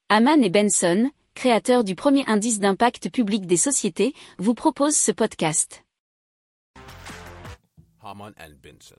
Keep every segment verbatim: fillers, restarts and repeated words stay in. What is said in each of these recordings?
Hamann et Benson, créateurs du premier indice d'impact public des sociétés, vous proposent ce podcast. Hamann and Benson.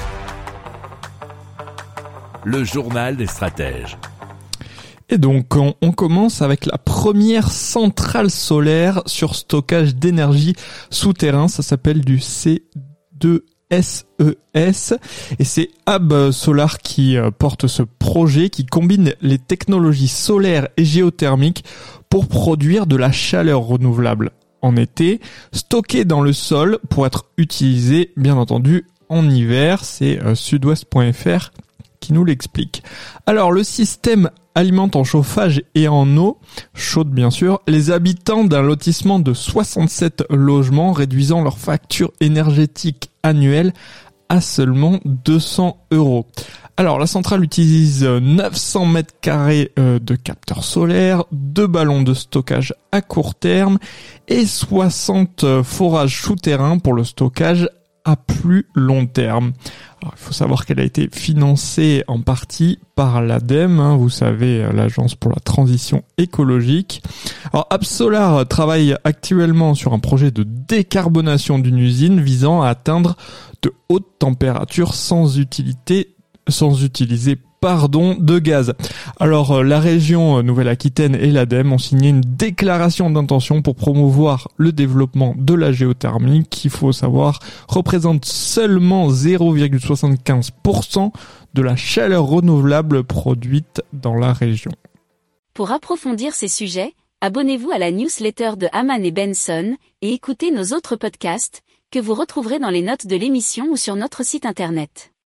Le journal des stratèges. Et donc, on, on commence avec la première centrale solaire sur stockage d'énergie souterrain. Ça s'appelle du C deux S E S. Et c'est Ab Solar qui porte ce projet qui combine les technologies solaires et géothermiques pour produire de la chaleur renouvelable en été, stockée dans le sol pour être utilisée, bien entendu, en hiver. C'est euh, sudouest point f r qui nous l'explique. Alors, le système alimente en chauffage et en eau chaude, bien sûr, les habitants d'un lotissement de soixante-sept logements, réduisant leur facture énergétique annuelle à seulement deux cents euros. Alors, la centrale utilise neuf cents mètres carrés de capteurs solaires, deux ballons de stockage à court terme et soixante forages souterrains pour le stockage à plus long terme. Alors, il faut savoir qu'elle a été financée en partie par l'ADEME, hein, vous savez, l'Agence pour la transition écologique. Alors, Absolar travaille actuellement sur un projet de décarbonation d'une usine visant à atteindre de hautes températures sans utilité, sans utiliser pardon, de gaz. Alors, la région Nouvelle-Aquitaine et l'ADEME ont signé une déclaration d'intention pour promouvoir le développement de la géothermie, qui, il faut savoir, représente seulement zéro virgule soixante-quinze pour cent de la chaleur renouvelable produite dans la région. Pour approfondir ces sujets, abonnez-vous à la newsletter de Hamann et Benson et écoutez nos autres podcasts que vous retrouverez dans les notes de l'émission ou sur notre site internet.